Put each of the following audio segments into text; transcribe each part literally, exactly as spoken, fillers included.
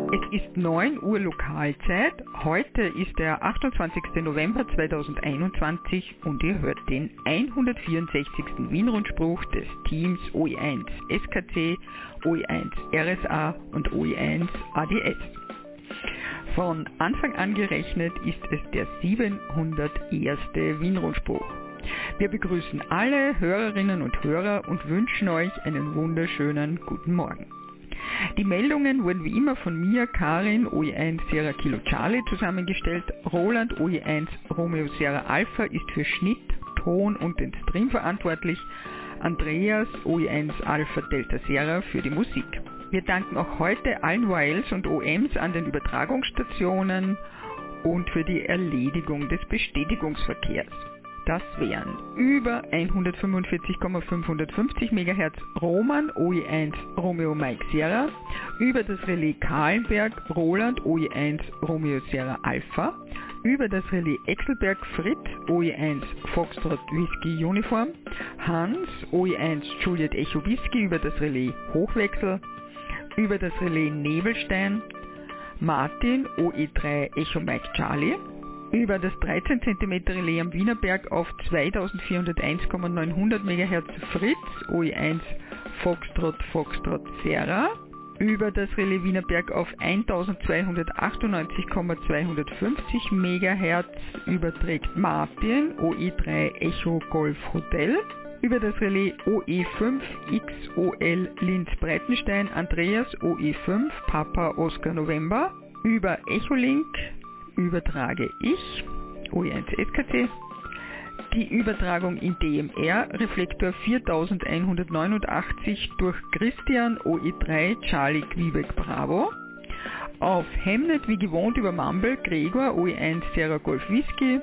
Es ist neun Uhr Lokalzeit. Heute ist der achtundzwanzigster November zweitausendeinundzwanzig und ihr hört den hundertvierundsechzigsten Wien-Rundspruch des Teams O E eins S K C, O E eins R S A und O E eins A D S. Von Anfang an gerechnet ist es der siebenhunderterste Wien-Rundspruch. Wir begrüßen alle Hörerinnen und Hörer und wünschen euch einen wunderschönen guten Morgen. Die Meldungen wurden wie immer von mir, Karin, O E eins Sierra Kilo Charlie, zusammengestellt. Roland, O E eins Romeo Sierra Alpha, ist für Schnitt, Ton und den Stream verantwortlich. Andreas, O E eins Alpha Delta Sierra, für die Musik. Wir danken auch heute allen O A Ls und O Ms an den Übertragungsstationen und für die Erledigung des Bestätigungsverkehrs. Das wären über hundertfünfundvierzig Komma fünfhundertfünfzig Megahertz Roman, O E eins Romeo Mike Sierra, über das Relais Kahlenberg Roland, O E eins Romeo Sierra Alpha, über das Relais Exelberg Fritz, O E eins Foxtrot Whisky Uniform, Hans, O E eins Juliet Echo Whisky, über das Relais Hochwechsel, über das Relais Nebelstein, Martin, O E drei Echo Mike Charlie, über das dreizehn Zentimeter Relais am Wienerberg auf zweitausendvierhunderteins Komma neunhundert Megahertz Fritz, O E eins Foxtrot Foxtrot Sierra, über das Relais Wienerberg auf eintausendzweihundertachtundneunzig Komma zweihundertfünfzig Megahertz überträgt Martin, O E drei Echo Golf Hotel, über das Relais O E fünf X O L Linz Breitenstein Andreas, O E fünf Papa Oscar November, über Echolink übertrage ich, O E eins S K C, die Übertragung in D M R, Reflektor viertausendeinhundertneunundachtzig durch Christian, O E drei Charlie Quebec Bravo, auf Hemnet wie gewohnt über Mumble, Gregor, O E eins Sierra Golf Whisky,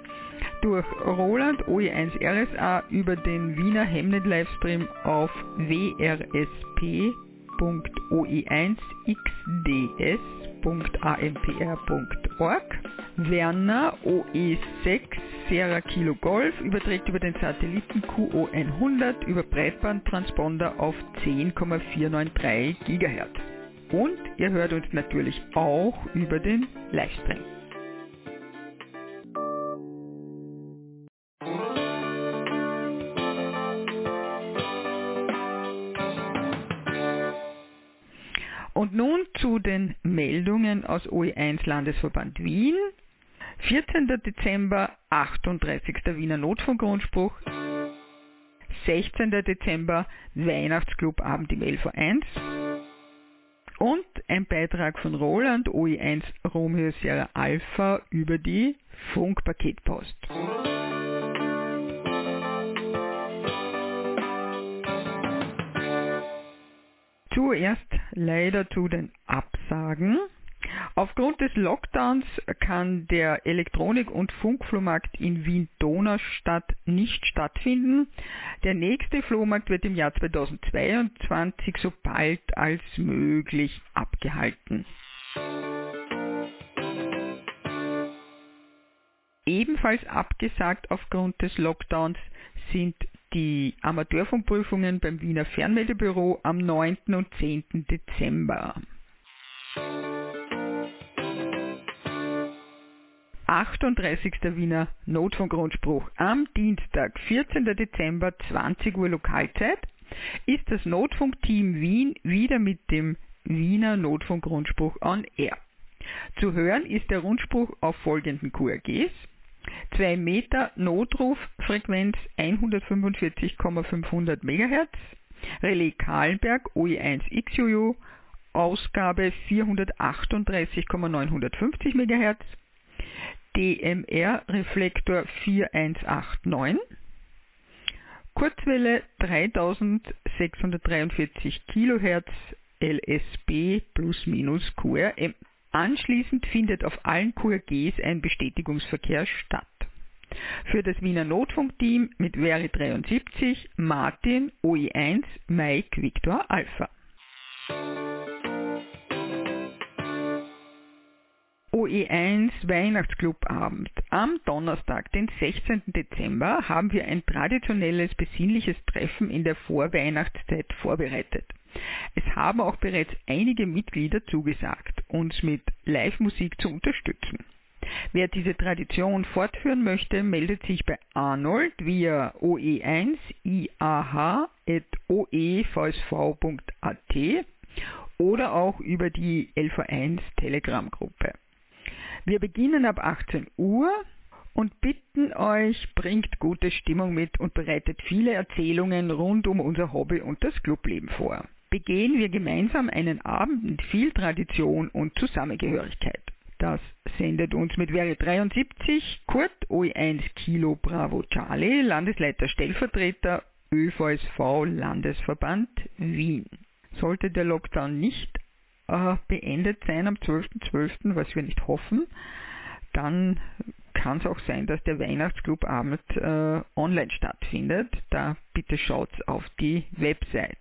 durch Roland, O E eins R S A, über den Wiener Hemnet Livestream auf w r s p punkt o e eins x d s punkt a m p r punkt org. Werner, O E sechs Sierra Kilo Golf, überträgt über den Satelliten Q O hundert über Breitbandtransponder auf zehn Komma vierhundertdreiundneunzig Gigahertz. Und ihr hört uns natürlich auch über den Livestream. Und nun zu den Meldungen aus O E eins Landesverband Wien. vierzehnter Dezember, achtunddreißigster Wiener Notfunkrundspruch. sechzehnter Dezember, Weihnachtsclubabend im L V eins. Und ein Beitrag von Roland, O E eins Romeo Sierra Alpha, über die Funkpaketpost. Zuerst leider zu den Absagen. Aufgrund des Lockdowns kann der Elektronik- und Funkflohmarkt in Wien-Donaustadt nicht stattfinden. Der nächste Flohmarkt wird im Jahr zweitausendzweiundzwanzig so bald als möglich abgehalten. Ebenfalls abgesagt aufgrund des Lockdowns sind die Amateurfunkprüfungen beim Wiener Fernmeldebüro am neunten und zehnten Dezember. achtunddreißigster Wiener Notfunkrundspruch am Dienstag, vierzehnter Dezember, zwanzig Uhr Lokalzeit, ist das Notfunkteam Wien wieder mit dem Wiener Notfunkrundspruch on Air. Zu hören ist der Rundspruch auf folgenden Q R Gs: zwei Meter Notruffrequenz hundertfünfundvierzig Komma fünfhundert Megahertz, Relais Kahlenberg O E eins X U U, Ausgabe vierhundertachtunddreißig Komma neunhundertfünfzig Megahertz, D M R Reflektor vier eins acht neun, Kurzwelle dreitausendsechshundertdreiundvierzig Kilohertz L S B plus minus Q R M. Anschließend findet auf allen Q R Gs ein Bestätigungsverkehr statt. Für das Wiener Notfunkteam mit Veri dreiundsiebzig Martin, O E eins Mike Victor Alpha. O E eins Weihnachtsclubabend. Am Donnerstag, den sechzehnten Dezember, haben wir ein traditionelles besinnliches Treffen in der Vorweihnachtszeit vorbereitet. Es haben auch bereits einige Mitglieder zugesagt. uns mit Live-Musik zu unterstützen. Wer diese Tradition fortführen möchte, meldet sich bei Arnold via o e eins i a h at o e v s v punkt a t oder auch über die L V eins Telegram-Gruppe. Wir beginnen ab achtzehn Uhr und bitten euch, bringt gute Stimmung mit und bereitet viele Erzählungen rund um unser Hobby und das Clubleben vor. Begehen wir gemeinsam einen Abend mit viel Tradition und Zusammengehörigkeit. Das sendet uns mit Wäre dreiundsiebzig Kurt O E eins Kilo Bravo Charlie, Landesleiter Stellvertreter Ö V S V Landesverband Wien. Sollte der Lockdown nicht äh, beendet sein am zwölften zwölften, was wir nicht hoffen, dann kann es auch sein, dass der Weihnachtsclubabend äh, online stattfindet. Da bitte schaut auf die Website.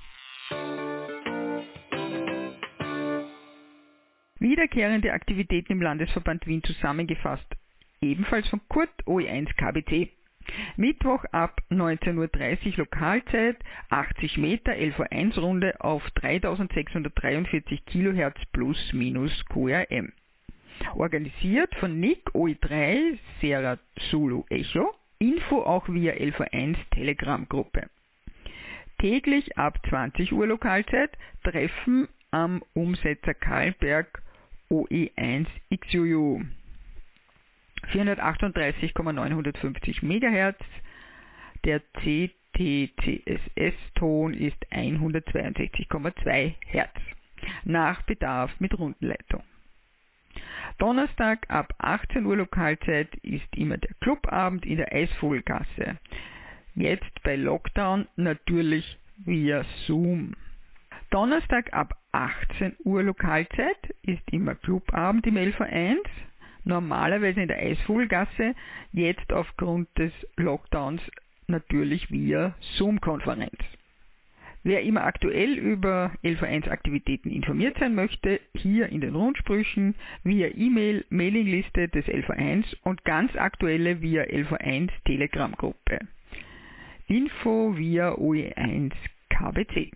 Wiederkehrende Aktivitäten im Landesverband Wien zusammengefasst, ebenfalls von Kurt O E eins K B C. Mittwoch ab neunzehn Uhr dreißig Lokalzeit, achtzig Meter L V eins Runde auf dreitausendsechshundertdreiundvierzig Kilohertz plus minus Q R M. Organisiert von Nick O E drei Sierra Zulu Echo, Info auch via L V eins Telegram Gruppe. Täglich ab zwanzig Uhr Lokalzeit, Treffen am Umsetzer Karlberg O E eins X U U. vierhundertachtunddreißig Komma neunhundertfünfzig Megahertz. Der C T C S S-Ton ist hundertzweiundsechzig Komma zwei Hertz. Nach Bedarf mit Rundenleitung. Donnerstag ab achtzehn Uhr Lokalzeit ist immer der Clubabend in der Eisvogelgasse. Jetzt bei Lockdown natürlich via Zoom. Donnerstag ab achtzehn Uhr Lokalzeit ist immer Clubabend im L V eins, normalerweise in der Eisvogelgasse, jetzt aufgrund des Lockdowns natürlich via Zoom-Konferenz. Wer immer aktuell über L V eins Aktivitäten informiert sein möchte, hier in den Rundsprüchen via E-Mail, Mailingliste des L V eins und ganz aktuelle via L V eins Telegram-Gruppe. Info via O E eins K B C.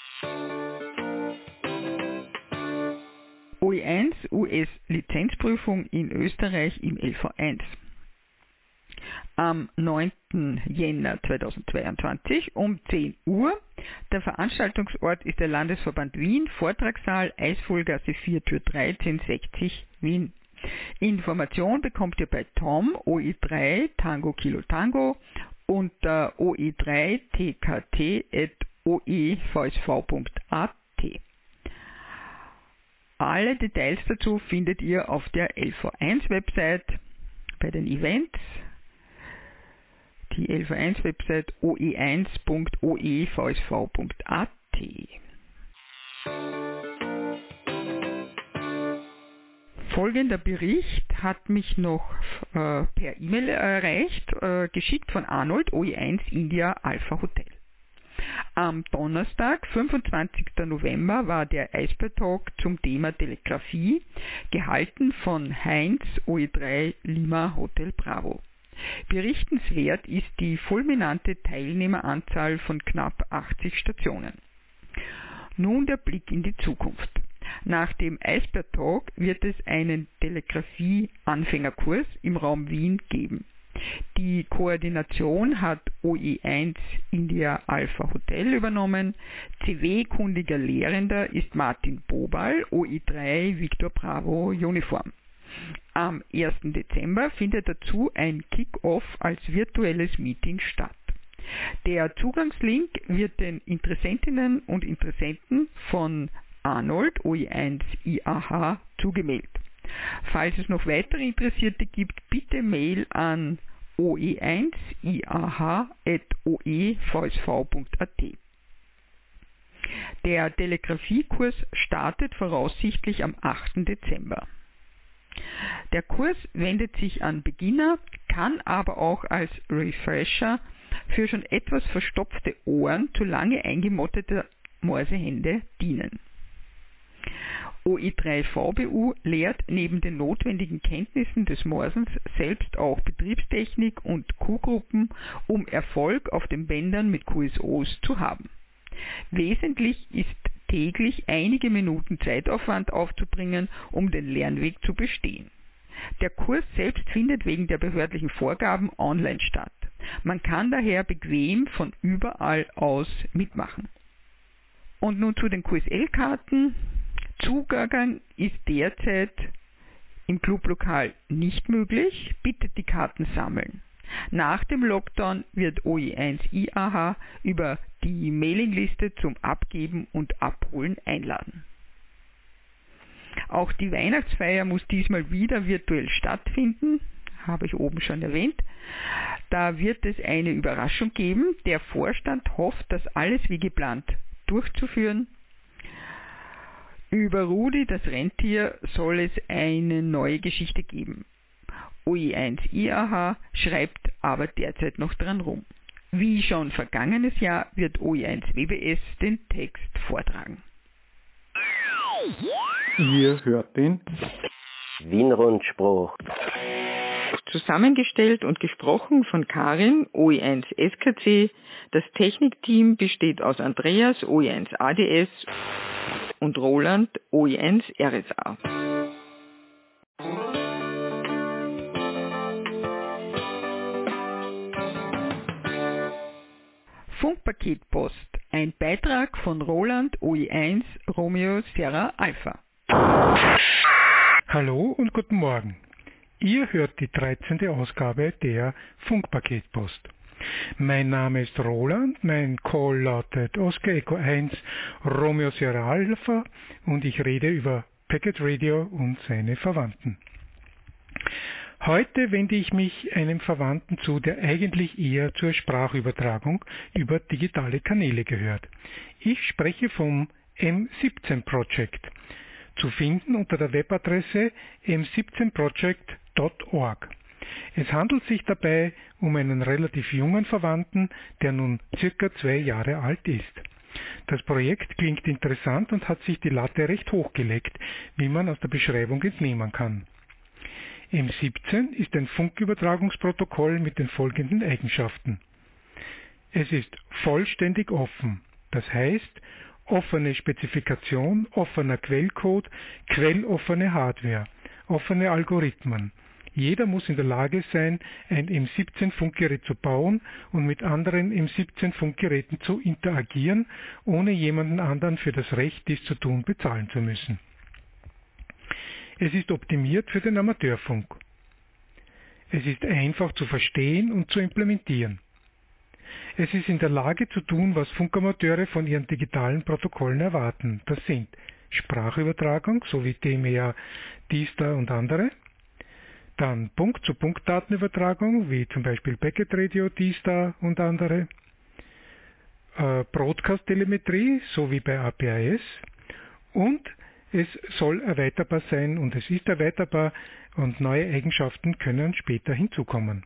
O E eins U S-Lizenzprüfung in Österreich im L V eins. Am neunten Jänner zweitausendzweiundzwanzig um zehn Uhr. Der Veranstaltungsort ist der Landesverband Wien, Vortragssaal Eisvogelgasse vier, Tür dreizehn sechzig Wien. Information bekommt ihr bei Tom O E drei Tango Kilo Tango unter o e drei t k t at o e v s v punkt a t. Alle Details dazu findet ihr auf der L V eins Website bei den Events. Die L V eins Website o e eins punkt o e v s v punkt a t. Folgender Bericht hat mich noch äh, per E-Mail erreicht, äh, geschickt von Arnold O E eins India Alpha Hotel. Am Donnerstag, fünfundzwanzigsten November, war der Eisbär-Talk zum Thema Telegrafie, gehalten von Heinz O E drei Lima Hotel Bravo. Berichtenswert ist die fulminante Teilnehmeranzahl von knapp achtzig Stationen. Nun der Blick in die Zukunft. Nach dem Eisbär-Talk wird es einen Telegrafie-Anfängerkurs im Raum Wien geben. Die Koordination hat O E eins India Alpha Hotel übernommen. C W-kundiger Lehrender ist Martin Bobal, O E drei Victor Bravo Uniform. Am ersten Dezember findet dazu ein Kick-Off als virtuelles Meeting statt. Der Zugangslink wird den Interessentinnen und Interessenten von Arnold O E eins I A H zugemailt. Falls es noch weitere Interessierte gibt, bitte Mail an o e eins i a h at o e v s v punkt a t. Der Telegrafiekurs startet voraussichtlich am achten Dezember. Der Kurs wendet sich an Beginner, kann aber auch als Refresher für schon etwas verstopfte Ohren zu lange eingemotteter Morsehände dienen. O E drei V B U lehrt neben den notwendigen Kenntnissen des Morsens selbst auch Betriebstechnik und Q-Gruppen, um Erfolg auf den Bändern mit Q S Os zu haben. Wesentlich ist täglich einige Minuten Zeitaufwand aufzubringen, um den Lernweg zu bestehen. Der Kurs selbst findet wegen der behördlichen Vorgaben online statt. Man kann daher bequem von überall aus mitmachen. Und nun zu den Q S L-Karten. Zugang ist derzeit im Clublokal nicht möglich. Bitte die Karten sammeln. Nach dem Lockdown wird O E eins I A H über die Mailingliste zum Abgeben und Abholen einladen. Auch die Weihnachtsfeier muss diesmal wieder virtuell stattfinden, habe ich oben schon erwähnt. Da wird es eine Überraschung geben. Der Vorstand hofft, das alles wie geplant durchzuführen. Über Rudi, das Rentier, soll es eine neue Geschichte geben. O E eins I A H schreibt aber derzeit noch dran rum. Wie schon vergangenes Jahr wird O E eins W B S den Text vortragen. Ihr hört den Wienrundspruch. Zusammengestellt und gesprochen von Karin, O E eins S K C. Das Technikteam besteht aus Andreas, O E eins A D S und Roland, O E eins R S A. Funkpaketpost. Ein Beitrag von Roland, O E eins Romeo Sierra Alpha. Hallo und guten Morgen. Ihr hört die dreizehnte Ausgabe der Funkpaketpost. Mein Name ist Roland, mein Call lautet Oscar Echo eins Romeo Sierra Alpha und ich rede über Packet Radio und seine Verwandten. Heute wende ich mich einem Verwandten zu, der eigentlich eher zur Sprachübertragung über digitale Kanäle gehört. Ich spreche vom M siebzehn Project, zu finden unter der Webadresse m siebzehn project punkt org. Es handelt sich dabei um einen relativ jungen Verwandten, der nun circa zwei Jahre alt ist. Das Projekt klingt interessant und hat sich die Latte recht hochgelegt, wie man aus der Beschreibung entnehmen kann. M siebzehn ist ein Funkübertragungsprotokoll mit den folgenden Eigenschaften. Es ist vollständig offen, das heißt offene Spezifikation, offener Quellcode, quelloffene Hardware, offene Algorithmen. Jeder muss in der Lage sein, ein M siebzehn Funkgerät zu bauen und mit anderen M siebzehn Funkgeräten zu interagieren, ohne jemanden anderen für das Recht, dies zu tun, bezahlen zu müssen. Es ist optimiert für den Amateurfunk. Es ist einfach zu verstehen und zu implementieren. Es ist in der Lage zu tun, was Funkamateure von ihren digitalen Protokollen erwarten. Das sind Sprachübertragung, sowie T M E A, D I S T A und andere. Dann Punkt-zu-Punkt-Datenübertragung, wie zum Beispiel Packet Radio, D I S T A und andere. Äh, Broadcast-Telemetrie, so wie bei A P A S. Und es soll erweiterbar sein und es ist erweiterbar und neue Eigenschaften können später hinzukommen.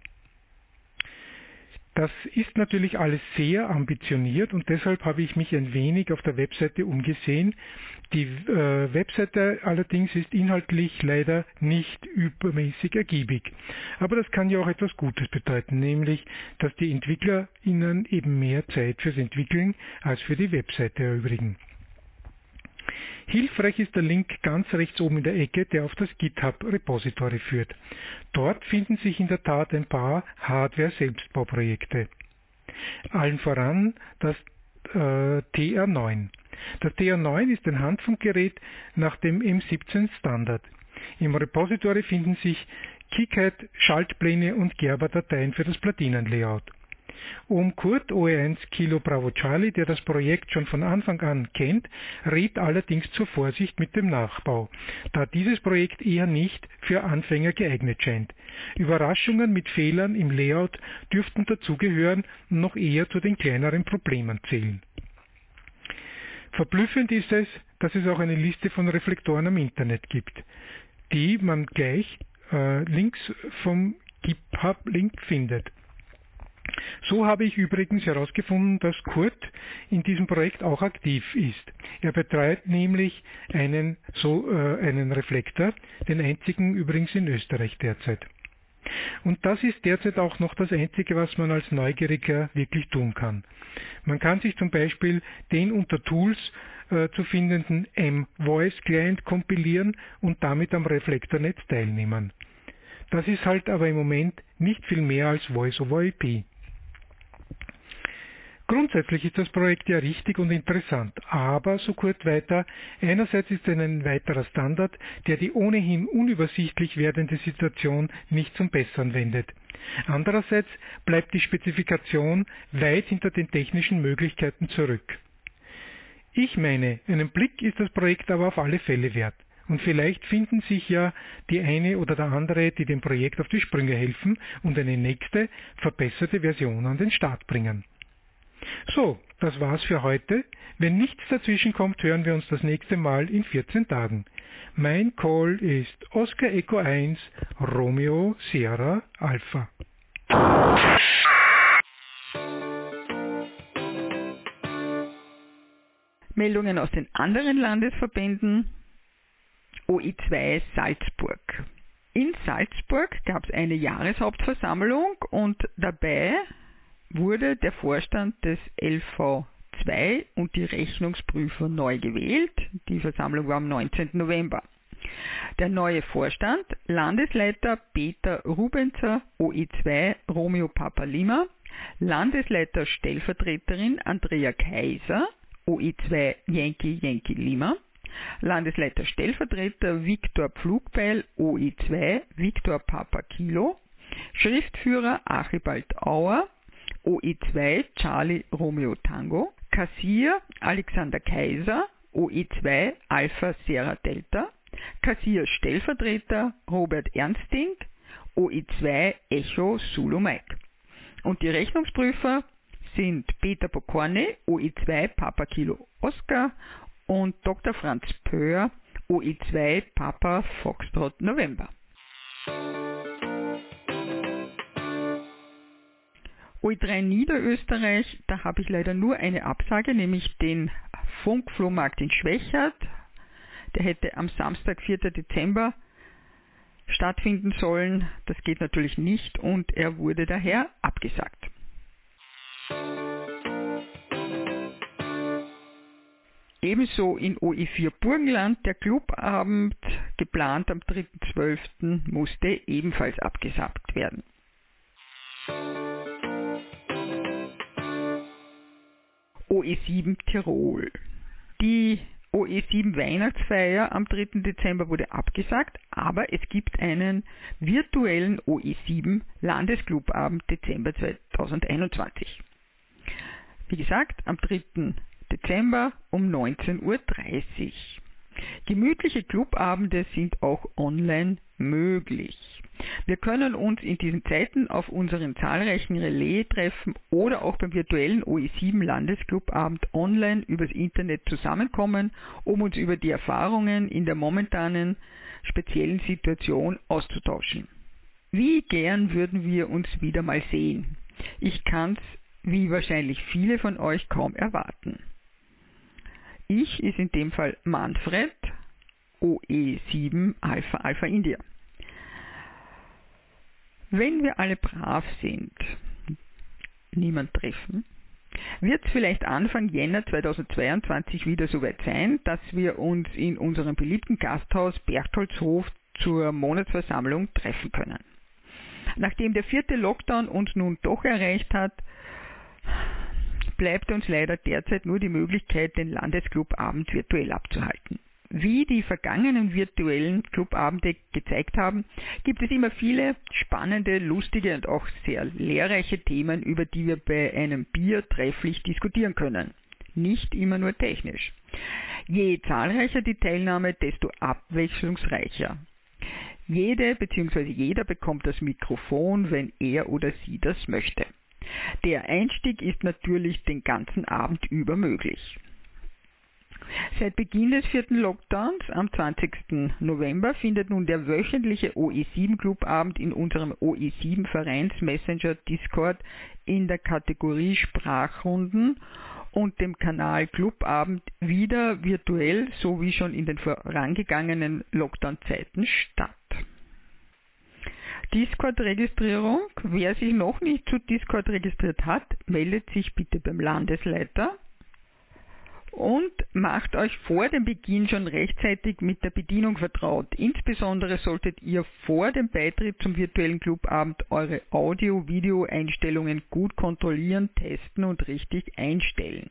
Das ist natürlich alles sehr ambitioniert und deshalb habe ich mich ein wenig auf der Webseite umgesehen. Die äh, Webseite allerdings ist inhaltlich leider nicht übermäßig ergiebig. Aber das kann ja auch etwas Gutes bedeuten, nämlich, dass die EntwicklerInnen eben mehr Zeit fürs Entwickeln als für die Webseite erübrigen. Hilfreich ist der Link ganz rechts oben in der Ecke, der auf das GitHub-Repository führt. Dort finden sich in der Tat ein paar Hardware-Selbstbauprojekte. Allen voran das äh, T R neun. Das T R neun ist ein Handfunkgerät nach dem M siebzehn Standard. Im Repository finden sich KiCad, Schaltpläne und Gerber-Dateien für das Platinenlayout. Ohm Kurt, O E eins Kilo Bravo Charlie, der das Projekt schon von Anfang an kennt, rät allerdings zur Vorsicht mit dem Nachbau, da dieses Projekt eher nicht für Anfänger geeignet scheint. Überraschungen mit Fehlern im Layout dürften dazugehören und noch eher zu den kleineren Problemen zählen. Verblüffend ist es, dass es auch eine Liste von Reflektoren am Internet gibt, die man gleich äh, links vom GitHub-Link findet. So habe ich übrigens herausgefunden, dass Kurt in diesem Projekt auch aktiv ist. Er betreibt nämlich einen, so, äh, einen Reflektor, den einzigen übrigens in Österreich derzeit. Und das ist derzeit auch noch das Einzige, was man als Neugieriger wirklich tun kann. Man kann sich zum Beispiel den unter Tools äh, zu findenden M-Voice-Client kompilieren und damit am Reflektornetz teilnehmen. Das ist halt aber im Moment nicht viel mehr als Voice-over-I P. Grundsätzlich ist das Projekt ja richtig und interessant, aber so kurz weiter, einerseits ist es ein weiterer Standard, der die ohnehin unübersichtlich werdende Situation nicht zum Besseren wendet. Andererseits bleibt die Spezifikation weit hinter den technischen Möglichkeiten zurück. Ich meine, einen Blick ist das Projekt aber auf alle Fälle wert. Und vielleicht finden sich ja die eine oder der andere, die dem Projekt auf die Sprünge helfen und eine nächste, verbesserte Version an den Start bringen. So, das war's für heute. Wenn nichts dazwischen kommt, hören wir uns das nächste Mal in vierzehn Tagen. Mein Call ist Oscar Echo eins, Romeo Sierra Alpha. Meldungen aus den anderen Landesverbänden. O I zwei Salzburg. In Salzburg gab es eine Jahreshauptversammlung und dabei wurde der Vorstand des L V zwei und die Rechnungsprüfer neu gewählt. Die Versammlung war am neunzehnten November. Der neue Vorstand, Landesleiter Peter Rubenzer, O I zwei Romeo Papa Lima, Landesleiter Stellvertreterin Andrea Kaiser, O I zwei Yankee Yankee Lima, Landesleiter Stellvertreter Viktor Pflugbeil, O I zwei Viktor Papa Kilo, Schriftführer Archibald Auer, O I zwei Charlie Romeo Tango, Kassier Alexander Kaiser, O I zwei Alpha Sierra Delta, Kassier Stellvertreter Robert Ernsting, O I zwei Echo Zulu Mike. Und die Rechnungsprüfer sind Peter Pokorny, O I zwei Papa Kilo Oscar und Doktor Franz Pöhr, O I zwei Papa Foxtrot November. O I drei Niederösterreich, da habe ich leider nur eine Absage, nämlich den Funkflohmarkt in Schwächert. Der hätte am Samstag, vierten Dezember stattfinden sollen. Das geht natürlich nicht und er wurde daher abgesagt. Ebenso in O I vier Burgenland, der Clubabend, geplant am dritten zwölften musste ebenfalls abgesagt werden. O E sieben Tirol. Die O E sieben Weihnachtsfeier am dritten Dezember wurde abgesagt, aber es gibt einen virtuellen O E sieben Landesclubabend Dezember zweitausendeinundzwanzig. Wie gesagt, am dritten Dezember um neunzehn Uhr dreißig. Gemütliche Clubabende sind auch online möglich. Wir können uns in diesen Zeiten auf unseren zahlreichen Relais-Treffen oder auch beim virtuellen O E sieben Landesclubabend online übers Internet zusammenkommen, um uns über die Erfahrungen in der momentanen speziellen Situation auszutauschen. Wie gern würden wir uns wieder mal sehen? Ich kann's, wie wahrscheinlich viele von euch, kaum erwarten. Ich ist in dem Fall Manfred, O E sieben Alpha Alpha India. Wenn wir alle brav sind, niemand treffen, wird es vielleicht Anfang Jänner zweitausendzweiundzwanzig wieder soweit sein, dass wir uns in unserem beliebten Gasthaus Berchtoldshof zur Monatsversammlung treffen können. Nachdem der vierte Lockdown uns nun doch erreicht hat, bleibt uns leider derzeit nur die Möglichkeit, den Landesclubabend virtuell abzuhalten. Wie die vergangenen virtuellen Clubabende gezeigt haben, gibt es immer viele spannende, lustige und auch sehr lehrreiche Themen, über die wir bei einem Bier trefflich diskutieren können. Nicht immer nur technisch. Je zahlreicher die Teilnahme, desto abwechslungsreicher. Jede bzw. jeder bekommt das Mikrofon, wenn er oder sie das möchte. Der Einstieg ist natürlich den ganzen Abend über möglich. Seit Beginn des vierten Lockdowns am zwanzigsten November findet nun der wöchentliche O E sieben Clubabend in unserem O E sieben Vereins Messenger Discord in der Kategorie Sprachrunden und dem Kanal Clubabend wieder virtuell, so wie schon in den vorangegangenen Lockdown-Zeiten statt. Discord-Registrierung. Wer sich noch nicht zu Discord registriert hat, meldet sich bitte beim Landesleiter und macht euch vor dem Beginn schon rechtzeitig mit der Bedienung vertraut. Insbesondere solltet ihr vor dem Beitritt zum virtuellen Clubabend eure Audio-Video-Einstellungen gut kontrollieren, testen und richtig einstellen.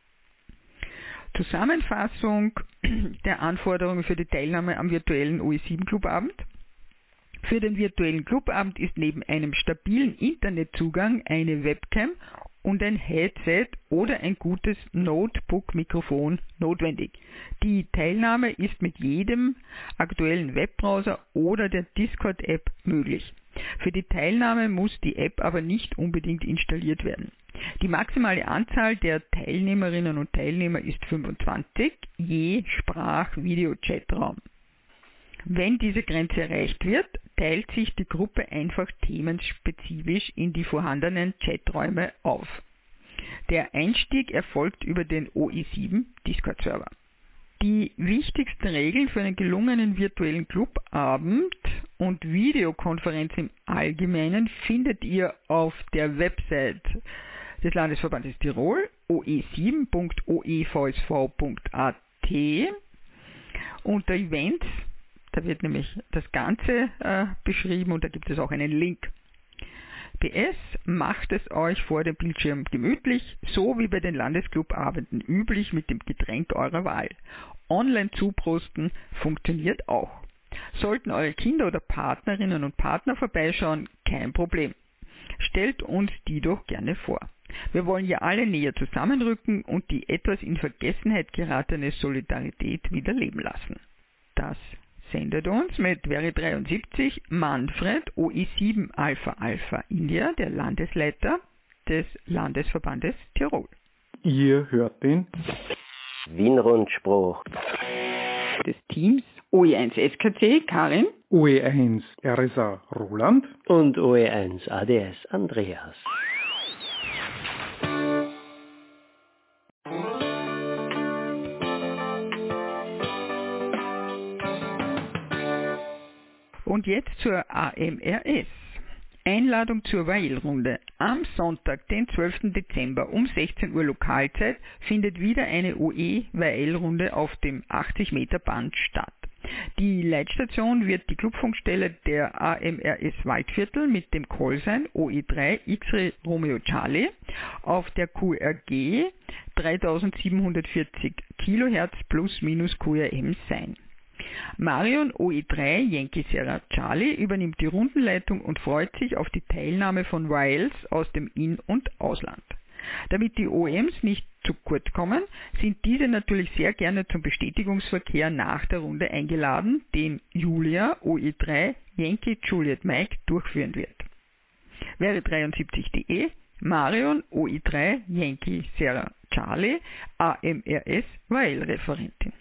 Zusammenfassung der Anforderungen für die Teilnahme am virtuellen O E sieben Clubabend. Für den virtuellen Clubabend ist neben einem stabilen Internetzugang eine Webcam und ein Headset oder ein gutes Notebook-Mikrofon notwendig. Die Teilnahme ist mit jedem aktuellen Webbrowser oder der Discord-App möglich. Für die Teilnahme muss die App aber nicht unbedingt installiert werden. Die maximale Anzahl der Teilnehmerinnen und Teilnehmer ist fünfundzwanzig, je Sprach-Video-Chatraum. Wenn diese Grenze erreicht wird, teilt sich die Gruppe einfach themenspezifisch in die vorhandenen Chaträume auf. Der Einstieg erfolgt über den O E sieben Discord-Server. Die wichtigsten Regeln für einen gelungenen virtuellen Clubabend und Videokonferenz im Allgemeinen findet ihr auf der Website des Landesverbandes Tirol, o e sieben punkt o e v s v punkt a t. Unter Events, da wird nämlich das Ganze äh, beschrieben und da gibt es auch einen Link. P S, macht es euch vor dem Bildschirm gemütlich, so wie bei den Landesclubabenden üblich mit dem Getränk eurer Wahl. Online zuprosten funktioniert auch. Sollten eure Kinder oder Partnerinnen und Partner vorbeischauen, kein Problem. Stellt uns die doch gerne vor. Wir wollen ja alle näher zusammenrücken und die etwas in Vergessenheit geratene Solidarität wieder leben lassen. Das sendet uns mit Veri dreiundsiebzig Manfred O E sieben Alpha Alpha India, der Landesleiter des Landesverbandes Tirol. Ihr hört den Wienrundspruch des Teams O E eins S K C Karin, O E eins R S A Roland und O E eins A D S Andreas. Und jetzt zur A M R S. Einladung zur Weil-Runde. Am Sonntag, den zwölften Dezember um sechzehn Uhr Lokalzeit findet wieder eine O E-Weil-Runde auf dem achtzig Meter Band statt. Die Leitstation wird die Clubfunkstelle der A M R S Waldviertel mit dem Callsign O E drei X-Ray Romeo Charlie auf der Q R G dreitausendsiebenhundertvierzig Kilohertz plus minus Q R M sein. Marion O E drei Yankee Sierra Charlie übernimmt die Rundenleitung und freut sich auf die Teilnahme von Wiles aus dem In- und Ausland. Damit die O Ms nicht zu kurz kommen, sind diese natürlich sehr gerne zum Bestätigungsverkehr nach der Runde eingeladen, den Julia O E drei Yankee Juliet Mike durchführen wird. Veri dreiundsiebzig punkt de Marion O E drei Yankee Sierra Charlie A M R S Weil-Referentin.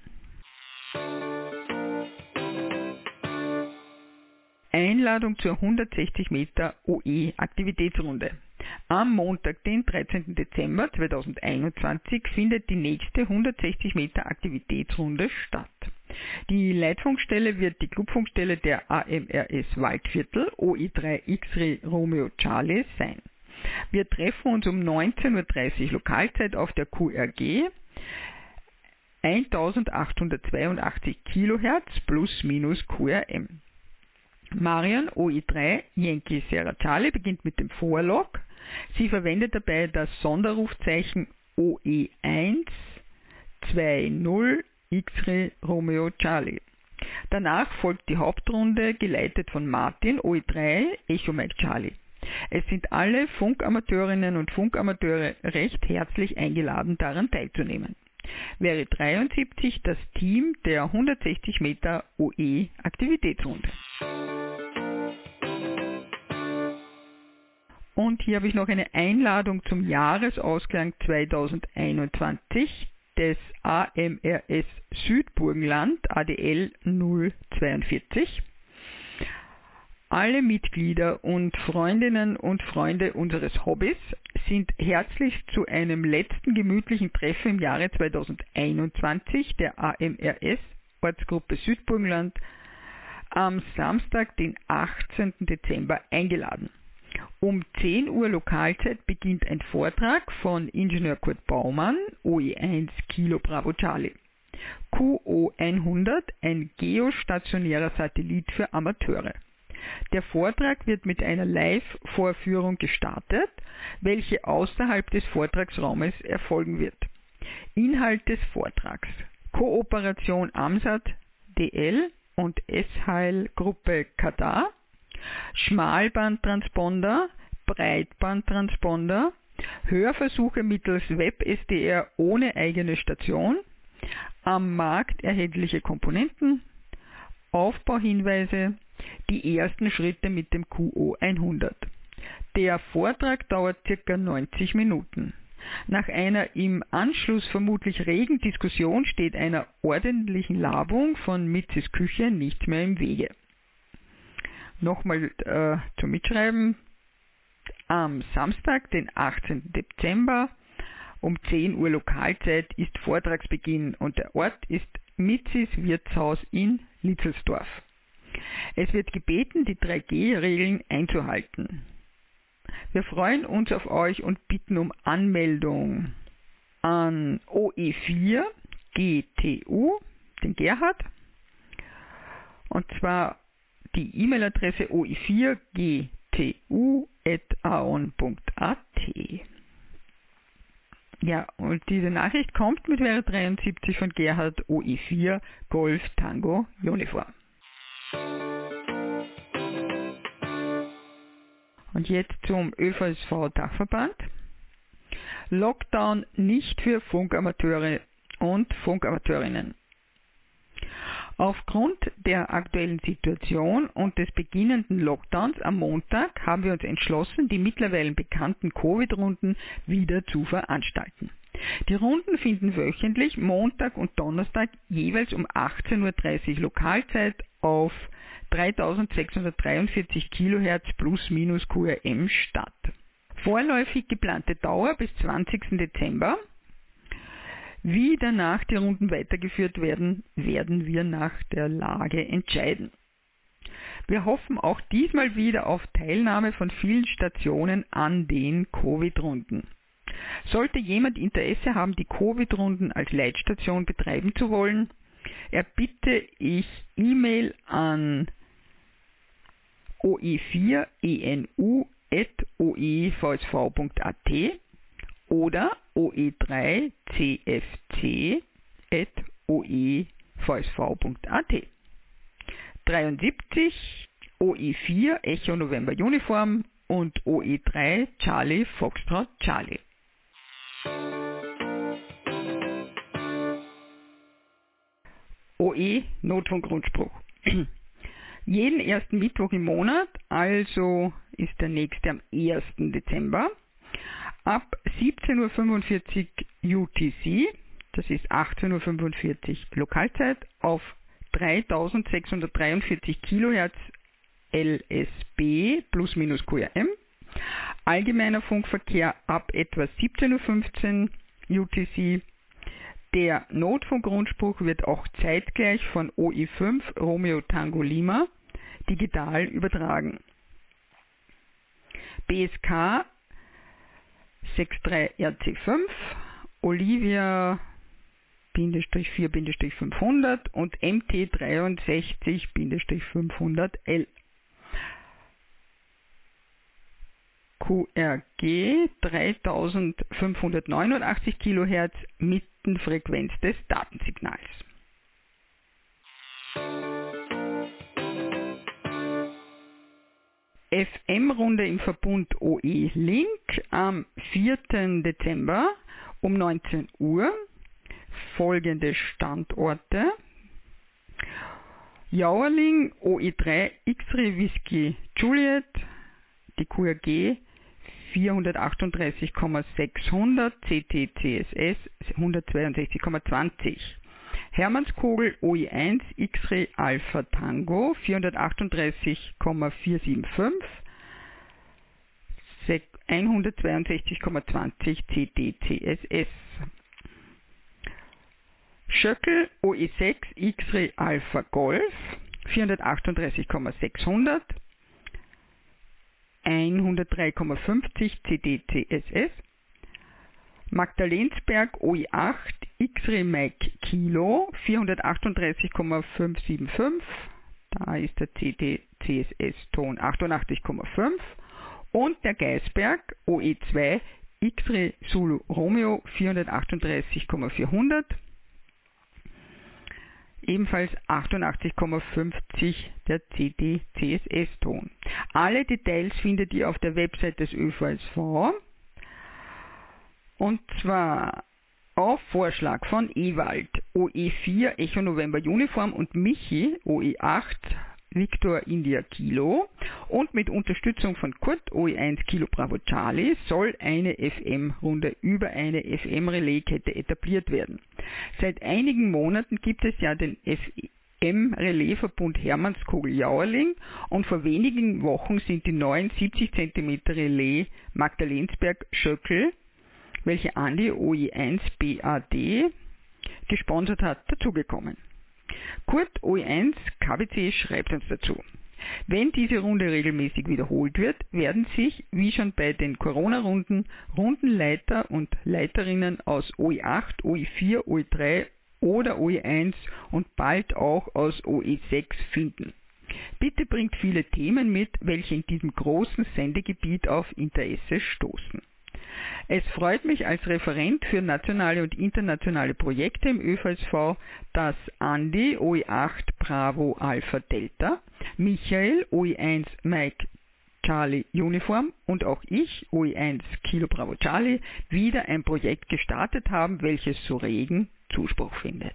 Einladung zur hundertsechzig Meter O E-Aktivitätsrunde. Am Montag, den dreizehnten Dezember zweitausendeinundzwanzig, findet die nächste hundertsechzig Meter Aktivitätsrunde statt. Die Leitfunkstelle wird die Clubfunkstelle der A M R S Waldviertel O E drei X-Ray Romeo Charlie sein. Wir treffen uns um neunzehn Uhr dreißig Lokalzeit auf der Q R G eintausendachthundertzweiundachtzig Kilohertz plus minus Q R M. Marion O E drei Yankee Sierra Charlie beginnt mit dem Vorlog. Sie verwendet dabei das Sonderrufzeichen O E eins zwanzig X-Ray Romeo Charlie. Danach folgt die Hauptrunde, geleitet von Martin O E drei Echo Mike Charlie. Es sind alle Funkamateurinnen und Funkamateure recht herzlich eingeladen, daran teilzunehmen. Veri dreiundsiebzig das Team der hundertsechzig Meter O E-Aktivitätsrunde. Und hier habe ich noch eine Einladung zum Jahresausklang zweitausendeinundzwanzig des A M R S Südburgenland A D L null zweiundvierzig. Alle Mitglieder und Freundinnen und Freunde unseres Hobbys sind herzlich zu einem letzten gemütlichen Treffen im Jahre zweitausendeinundzwanzig der A M R S Ortsgruppe Südburgenland am Samstag, den achtzehnten Dezember, eingeladen. Um zehn Uhr Lokalzeit beginnt ein Vortrag von Ingenieur Kurt Baumann, O E eins Kilo Bravo Charlie. Q O hundert, ein geostationärer Satellit für Amateure. Der Vortrag wird mit einer Live-Vorführung gestartet, welche außerhalb des Vortragsraumes erfolgen wird. Inhalt des Vortrags: Kooperation AMSAT D L und S-Heil Gruppe Katar, Schmalbandtransponder, Breitbandtransponder, Hörversuche mittels Web-S D R ohne eigene Station, am Markt erhältliche Komponenten, Aufbauhinweise, die ersten Schritte mit dem Q O hundert. Der Vortrag dauert ca. neunzig Minuten. Nach einer im Anschluss vermutlich regen Diskussion steht einer ordentlichen Labung von Mitzis Küche nichts mehr im Wege. Nochmal äh, zum Mitschreiben: Am Samstag, den achtzehnten Dezember, um zehn Uhr Lokalzeit ist Vortragsbeginn und der Ort ist Mitzis Wirtshaus in Litzelsdorf. Es wird gebeten, die drei G Regeln einzuhalten. Wir freuen uns auf euch und bitten um Anmeldung an O E vier G T U, den Gerhard, und zwar die E-Mail-Adresse o e vier g t u at aon punkt a t. Ja, und diese Nachricht kommt mit Wäre dreiundsiebzig von Gerhard, O E vier Golf Tango Uniform. Und jetzt zum Ö V S V-Dachverband. Lockdown nicht für Funkamateure und Funkamateurinnen. Aufgrund der aktuellen Situation und des beginnenden Lockdowns am Montag haben wir uns entschlossen, die mittlerweile bekannten Covid-Runden wieder zu veranstalten. Die Runden finden wöchentlich Montag und Donnerstag jeweils um achtzehn Uhr dreißig Lokalzeit auf dreitausendsechshundertdreiundvierzig Kilohertz plus minus Q R M statt. Vorläufig geplante Dauer bis zwanzigsten Dezember. Wie danach die Runden weitergeführt werden, werden wir nach der Lage entscheiden. Wir hoffen auch diesmal wieder auf Teilnahme von vielen Stationen an den Covid-Runden. Sollte jemand Interesse haben, die Covid-Runden als Leitstation betreiben zu wollen, erbitte ich E-Mail an o e vier e n u at o e v s v punkt a t oder o e drei c f c at o e v s v punkt a t. dreiundsiebzig O E vier Echo November Uniform und O E drei Charlie Foxtrot Charlie. O E Notfunkgrundspruch. Jeden ersten Mittwoch im Monat, also ist der nächste am ersten Dezember, ab siebzehn Uhr fünfundvierzig U T C, das ist achtzehn Uhr fünfundvierzig Lokalzeit, auf dreitausendsechshundertdreiundvierzig Kilohertz L S B plus minus Q R M. Allgemeiner Funkverkehr ab etwa siebzehn Uhr fünfzehn U T C. Der Notfunkgrundspruch wird auch zeitgleich von O E fünf Romeo Tango Lima digital übertragen. B S K drei R C fünf, Olivia vier fünfhundert und M T dreiundsechzig fünfhundert L. Q R G dreitausendfünfhundertneunundachtzig Kilohertz Mittenfrequenz des Datensignals. F M-Runde im Verbund O E Link am vierten Dezember um neunzehn Uhr. Folgende Standorte: Jauerling O E drei X-Ray Whisky Juliet, die Q R G vierhundertachtunddreißig sechshundert, C T C S S hundertzweiundsechzig zwanzig. Hermannskogel O E eins X-Ray Alpha Tango vierhundertachtunddreißig vierhunderfünfundsiebzig, hundertzweiundsechzig zwanzig C T C S S. Schöckel O E sechs X-Ray Alpha Golf vierhundertachtunddreißig sechshundert, hundertdrei fünfzig C D C S S, Magdalensberg O E acht X-Ray Mike Kilo vierhundertachtunddreißig fünfhundertfünfundsiebzig, da ist der C D C S S-Ton achtundachtzig Komma fünf, und der Geisberg O E zwei X-Ray Zulu Romeo vierhundertachtunddreißig vierhundert, ebenfalls achtundachtzig Komma fünfzig der C D C S S-Ton. Alle Details findet ihr auf der Website des Ö V S V, und zwar auf Vorschlag von Ewald O E vier Echo November Uniform und Michi O E acht Victor India Kilo, und mit Unterstützung von Kurt O E eins Kilo Bravo Charlie soll eine F M-Runde über eine F M-Relaiskette etabliert werden. Seit einigen Monaten gibt es ja den F M-Relaisverbund Hermannskogel-Jauerling, und vor wenigen Wochen sind die neuen siebzig Zentimeter Relais Magdalensberg-Schöckel, welche Andi O E eins B A D gesponsert hat, dazugekommen. Kurt O E eins K B C schreibt uns dazu: Wenn diese Runde regelmäßig wiederholt wird, werden sich, wie schon bei den Corona-Runden, Rundenleiter und Leiterinnen aus O E acht, O E vier, O E drei oder O E eins und bald auch aus O E sechs finden. Bitte bringt viele Themen mit, welche in diesem großen Sendegebiet auf Interesse stoßen. Es freut mich als Referent für nationale und internationale Projekte im Ö V S V, dass Andi O E acht Bravo Alpha Delta, Michael O E eins Mike Charlie Uniform und auch ich O E eins Kilo Bravo Charlie wieder ein Projekt gestartet haben, welches so regen Zuspruch findet.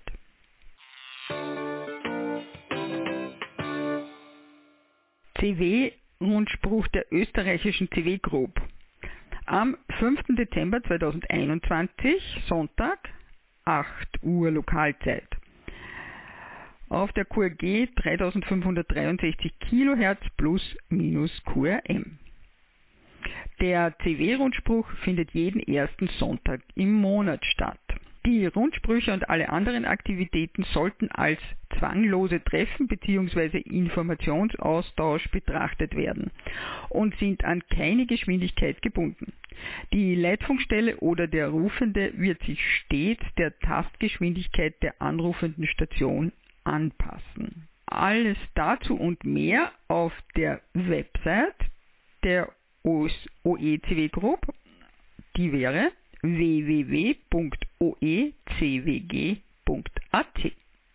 C W-Rundspruch der österreichischen C W Group. Am fünften Dezember zweitausendeinundzwanzig, Sonntag, acht Uhr Lokalzeit. Auf der Q R G dreitausendfünfhundertdreiundsechzig Kilohertz plus minus Q R M. Der C W-Rundspruch findet jeden ersten Sonntag im Monat statt. Die Rundsprüche und alle anderen Aktivitäten sollten als zwanglose Treffen bzw. Informationsaustausch betrachtet werden und sind an keine Geschwindigkeit gebunden. Die Leitfunkstelle oder der Rufende wird sich stets der Tastgeschwindigkeit der anrufenden Station anpassen. Alles dazu und mehr auf der Website der O E C W Group, die wäre w w w punkt o e c w g punkt a t.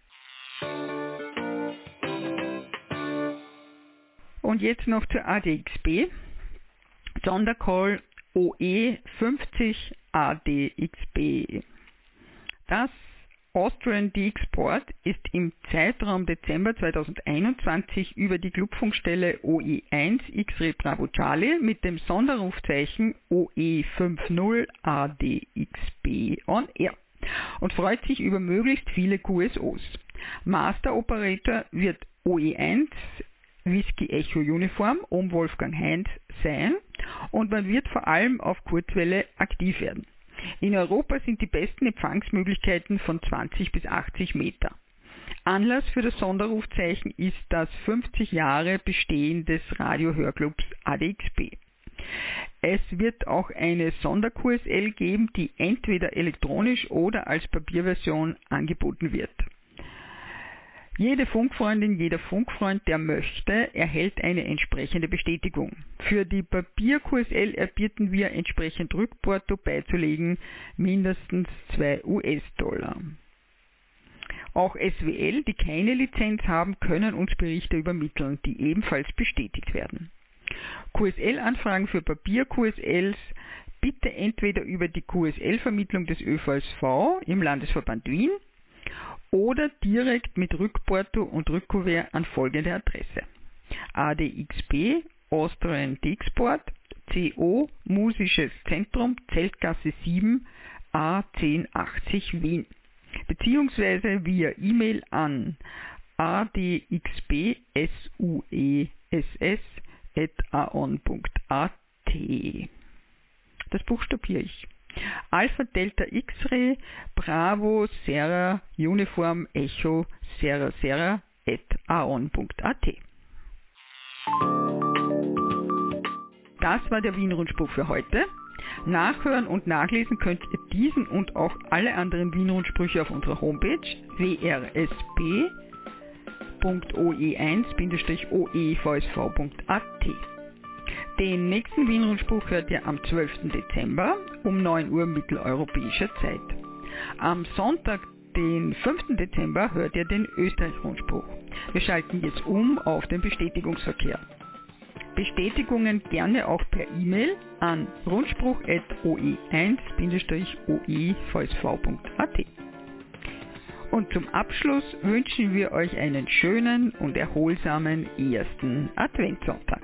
Und jetzt noch zur A D X B. Sondercall O E fünfzig A D X B. Das Austrian D-Export ist im Zeitraum Dezember zweitausendeinundzwanzig über die Clubfunkstelle O E eins X-Ray Bravo Charlie mit dem Sonderrufzeichen O E fünfzig A D X B on Air und freut sich über möglichst viele Q S Os. Master Operator wird O E eins Whisky Echo Uniform um Wolfgang Heinz sein, und man wird vor allem auf Kurzwelle aktiv werden. In Europa sind die besten Empfangsmöglichkeiten von zwanzig bis achtzig Meter. Anlass für das Sonderrufzeichen ist das fünfzig Jahre Bestehen des Radiohörclubs A D X B. Es wird auch eine Sonder-Q S L geben, die entweder elektronisch oder als Papierversion angeboten wird. Jede Funkfreundin, jeder Funkfreund, der möchte, erhält eine entsprechende Bestätigung. Für die Papier-Q S L erbitten wir entsprechend Rückporto beizulegen, mindestens zwei U S-Dollar. Auch S W L, die keine Lizenz haben, können uns Berichte übermitteln, die ebenfalls bestätigt werden. Q S L-Anfragen für Papier-Q S Ls bitte entweder über die Q S L-Vermittlung des Ö V S V im Landesverband Wien oder direkt mit Rückporto und Rückkuvert an folgende Adresse: A D X B, Austrian D-Export, C O, Musisches Zentrum, Zeltgasse sieben, A zehn achtzig Wien, beziehungsweise via E-Mail an a d x b s u e s s at a o n punkt a t. Das buchstabiere ich. Alpha Delta X-Ray Bravo Sierra Uniform Echo Sierra Sierra at aon punkt a t. Das war der Wien-Rundspruch für heute. Nachhören und nachlesen könnt ihr diesen und auch alle anderen Wien-Rundsprüche auf unserer Homepage w r s b punkt o e eins bindestrich o e v s v punkt a t. Den nächsten Wien-Rundspruch hört ihr am zwölften Dezember um neun Uhr mitteleuropäischer Zeit. Am Sonntag, den fünften Dezember, hört ihr den Österreich-Rundspruch. Wir schalten jetzt um auf den Bestätigungsverkehr. Bestätigungen gerne auch per E-Mail an rundspruch at o e eins bindestrich o e v s v punkt a t. Und zum Abschluss wünschen wir euch einen schönen und erholsamen ersten Adventssonntag.